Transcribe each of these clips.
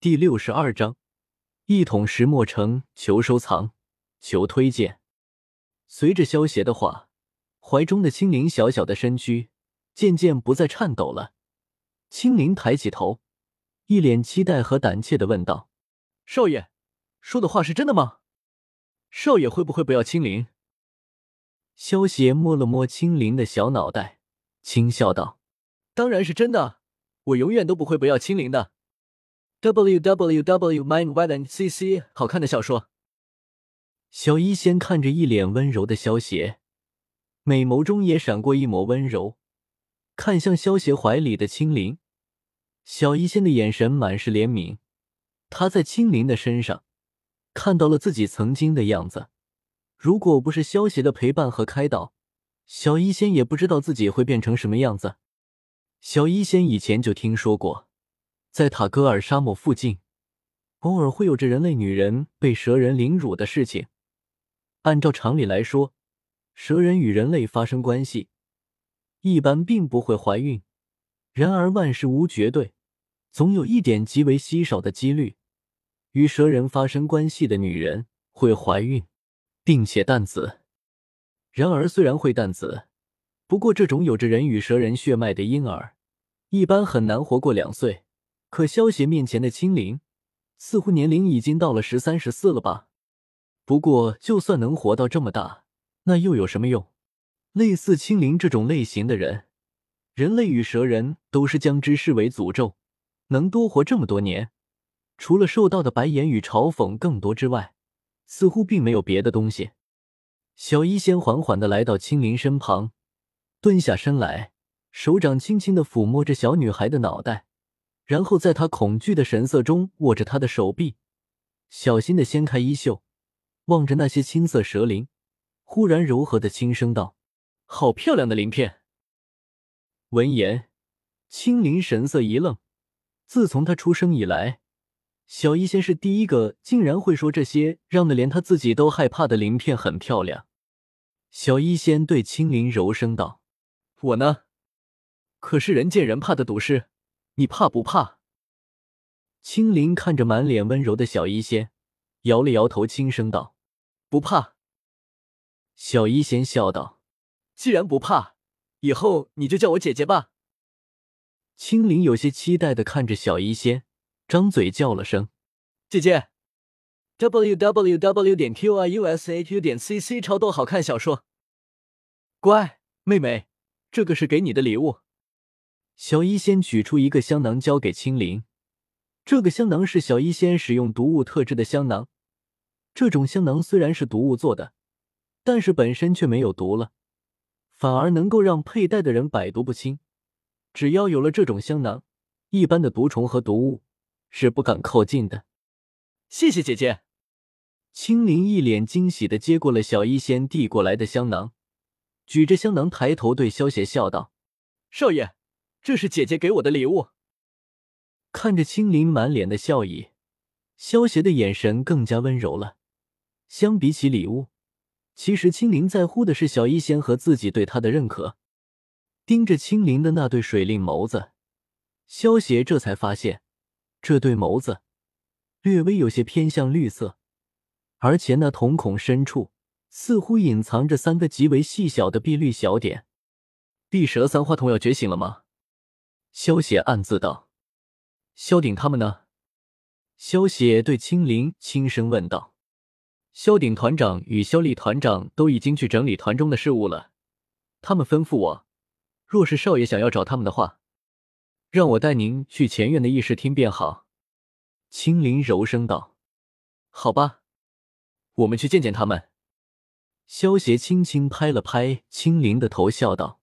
第62章一统石墨城，求收藏，求推荐。随着萧协的话，怀中的青灵小小的身躯渐渐不再颤抖了。青灵抬起头，一脸期待和胆怯地问道：少爷，说的话是真的吗？少爷会不会不要青灵？萧协摸了摸青灵的小脑袋，轻笑道：当然是真的，我永远都不会不要青灵的。www.mindwiden.cc 好看的小说。小医仙看着一脸温柔的萧协，美眸中也闪过一抹温柔，看向萧协怀里的青灵。小医仙的眼神满是怜悯，他在青灵的身上看到了自己曾经的样子。如果不是萧协的陪伴和开导，小医仙也不知道自己会变成什么样子。小医仙以前就听说过，在塔戈尔沙漠附近，偶尔会有着人类女人被蛇人凌辱的事情。按照常理来说，蛇人与人类发生关系，一般并不会怀孕。然而万事无绝对，总有一点极为稀少的几率，与蛇人发生关系的女人会怀孕，并且诞子。然而虽然会诞子，不过这种有着人与蛇人血脉的婴儿，一般很难活过2岁。可萧协面前的青灵，似乎年龄已经到了13、14了吧？不过就算能活到这么大，那又有什么用？类似青灵这种类型的人，人类与蛇人都是将之视为诅咒，能多活这么多年，除了受到的白眼与嘲讽更多之外，似乎并没有别的东西。小医仙缓缓地来到青灵身旁，蹲下身来，手掌轻轻地抚摸着小女孩的脑袋，然后在她恐惧的神色中握着她的手臂，小心地掀开衣袖，望着那些青色蛇鳞，忽然柔和地轻声道：好漂亮的鳞片。闻言，青灵神色一愣，自从他出生以来，小医仙是第一个竟然会说这些让得连他自己都害怕的鳞片很漂亮。小医仙对青灵柔声道：我呢，可是人见人怕的毒师，你怕不怕？青灵看着满脸温柔的小医仙，摇了摇头，轻声道：不怕。小医仙笑道：既然不怕，以后你就叫我姐姐吧。青灵有些期待地看着小医仙，张嘴叫了声姐姐。www.qirusu.cc 超多好看小说。乖，妹妹，这个是给你的礼物。小医仙取出一个香囊交给青灵，这个香囊是小医仙使用毒物特制的香囊。这种香囊虽然是毒物做的，但是本身却没有毒了，反而能够让佩戴的人百毒不侵。只要有了这种香囊，一般的毒虫和毒物是不敢靠近的。谢谢姐姐。青灵一脸惊喜地接过了小医仙递过来的香囊，举着香囊抬头对萧协笑道：少爷，这是姐姐给我的礼物。看着青灵满脸的笑意，萧协的眼神更加温柔了。相比起礼物，其实青灵在乎的是小医仙和自己对他的认可。盯着青灵的那对水灵眸子，萧协这才发现，这对眸子略微有些偏向绿色，而且那瞳孔深处似乎隐藏着3个极为细小的碧绿小点。碧蛇三花童要觉醒了吗？萧协暗自道。萧鼎他们呢？萧协对青灵轻声问道。萧鼎团长与萧厉团长都已经去整理团中的事务了，他们吩咐我，若是少爷想要找他们的话，让我带您去前院的议事厅便好。青灵柔声道。好吧，我们去见见他们。萧协轻轻拍了拍青灵的头，笑道：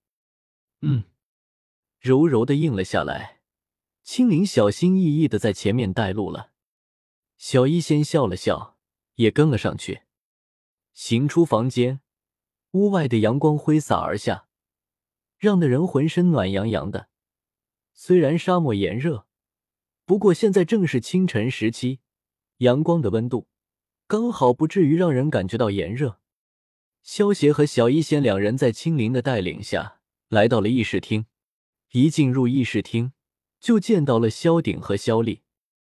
柔柔地应了下来。青灵小心翼翼地在前面带路了。小医仙笑了笑，也跟了上去。行出房间，屋外的阳光挥洒而下，让得人浑身暖洋洋的。虽然沙漠炎热，不过现在正是清晨时期，阳光的温度刚好不至于让人感觉到炎热。萧协和小医仙2人在青灵的带领下来到了议事厅。一进入议事厅，就见到了萧鼎和萧厉。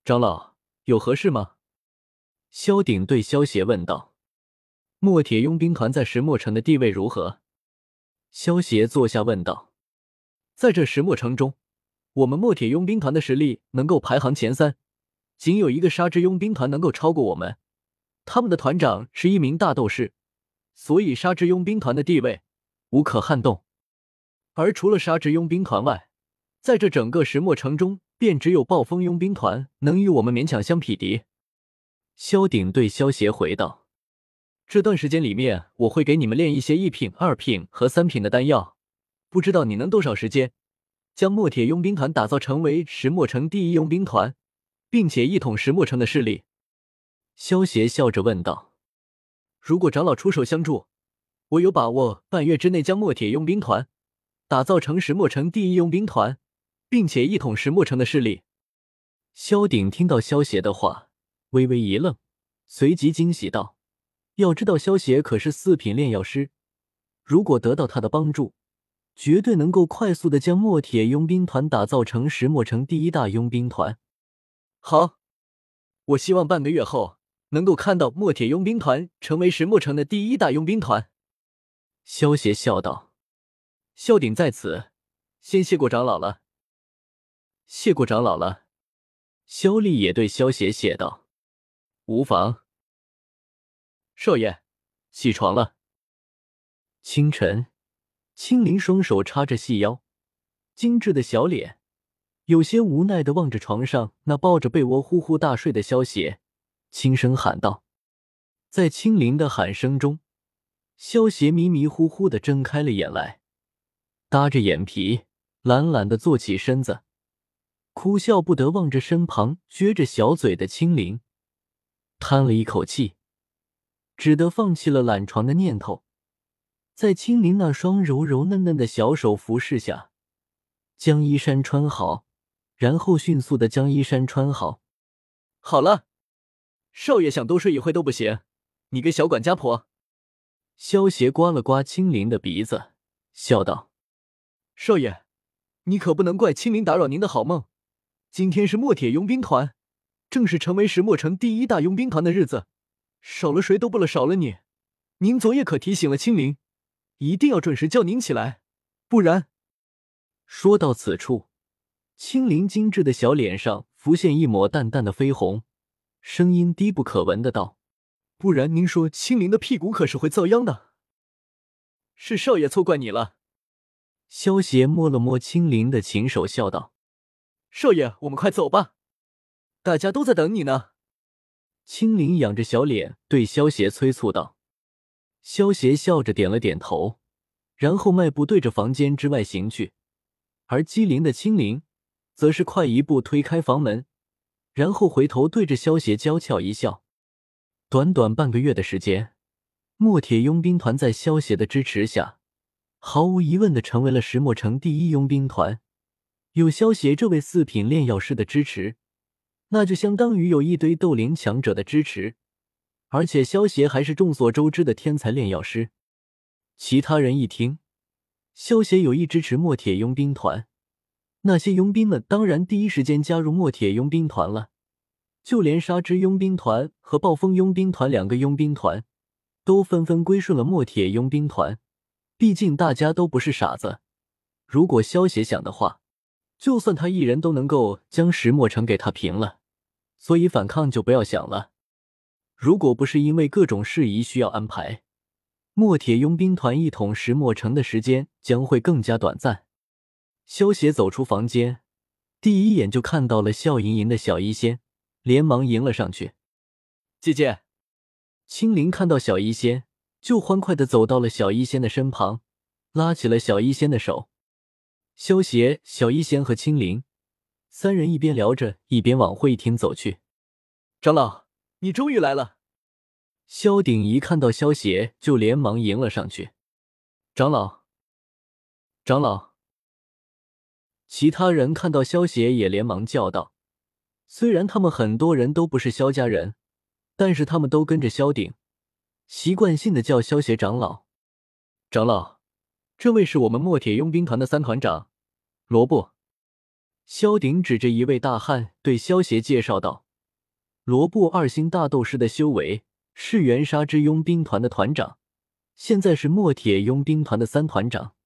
长老，有何事吗？萧鼎对萧协问道。墨铁佣兵团在石墨城的地位如何？萧协坐下问道。在这石墨城中，我们墨铁佣兵团的实力能够排行前3，仅有一个沙之佣兵团能够超过我们，他们的团长是一名大斗士，所以沙之佣兵团的地位无可撼动。而除了沙之佣兵团外，在这整个石墨城中便只有暴风佣兵团能与我们勉强相匹敌。萧鼎对萧协回道。这段时间里面我会给你们炼一些1品、2品和3品的丹药，不知道你能多少时间将墨铁佣兵团打造成为石墨城第一佣兵团，并且一统石墨城的势力。萧协笑着问道。如果长老出手相助，我有把握半月之内将墨铁佣兵团打造成石墨城第一佣兵团，并且一统石墨城的势力。萧鼎听到萧协的话，微微一愣，随即惊喜道，要知道萧协可是4品炼药师，如果得到他的帮助，绝对能够快速的将墨铁佣兵团打造成石墨城第一大佣兵团。好，我希望半个月后能够看到墨铁佣兵团成为石墨城的第一大佣兵团。萧协笑道。萧鼎在此先谢过长老了。谢过长老了。萧厉也对萧协谢道。无妨。少爷，起床了。清晨，青灵双手插着细腰，精致的小脸，有些无奈地望着床上那抱着被窝呼呼大睡的萧协，轻声喊道。在青灵的喊声中，萧协迷迷糊糊地睁开了眼来，搭着眼皮，懒懒地坐起身子，哭笑不得望着身旁撅着小嘴的青灵，叹了一口气，只得放弃了懒床的念头，在青灵那双柔柔嫩嫩的小手服侍下，将衣衫穿好，然后迅速地将衣衫穿好。好了，少爷想多睡一会都不行，你个小管家婆。萧协刮了刮青灵的鼻子，笑道。少爷，你可不能怪青灵打扰您的好梦，今天是墨铁佣兵团正式成为石墨城第一大佣兵团的日子，少了谁都不了少了你。您昨夜可提醒了青灵，一定要准时叫您起来，不然……说到此处，青灵精致的小脸上浮现一抹淡淡的绯红，声音低不可闻的道：不然您说青灵的屁股可是会遭殃的。是少爷错怪你了。萧协摸了摸青灵的琴手，笑道：少爷，我们快走吧，大家都在等你呢。青灵仰着小脸对萧协催促道。萧协笑着点了点头，然后迈步对着房间之外行去，而机灵的青灵则是快一步推开房门，然后回头对着萧协娇俏一笑。短短半个月的时间，墨铁佣兵团在萧协的支持下，毫无疑问地成为了石墨城第一佣兵团。有萧协这位4品炼药师的支持，那就相当于有一堆斗灵强者的支持，而且萧协还是众所周知的天才炼药师。其他人一听萧协有意支持墨铁佣兵团，那些佣兵们当然第一时间加入墨铁佣兵团了，就连沙之佣兵团和暴风佣兵团2个佣兵团都纷纷归顺了墨铁佣兵团。毕竟大家都不是傻子，如果萧协想的话，就算他一人都能够将石墨城给他平了，所以反抗就不要想了。如果不是因为各种事宜需要安排，墨铁佣兵团一统石墨城的时间将会更加短暂。萧协走出房间，第一眼就看到了笑盈盈的小医仙，连忙迎了上去。姐姐。青灵看到小医仙，就欢快地走到了小医仙的身旁，拉起了小医仙的手。萧协、小医仙和青灵3人一边聊着，一边往会议厅走去。长老，你终于来了。萧鼎一看到萧协，就连忙迎了上去。长老，长老。其他人看到萧协也连忙叫道，虽然他们很多人都不是萧家人，但是他们都跟着萧鼎，习惯性的叫萧协长老。长老，这位是我们墨铁佣兵团的3团长，罗布。萧鼎指着一位大汉对萧协介绍道。 罗布2星大斗师的修为，是元沙之佣兵团的团长，现在是墨铁佣兵团的3团长。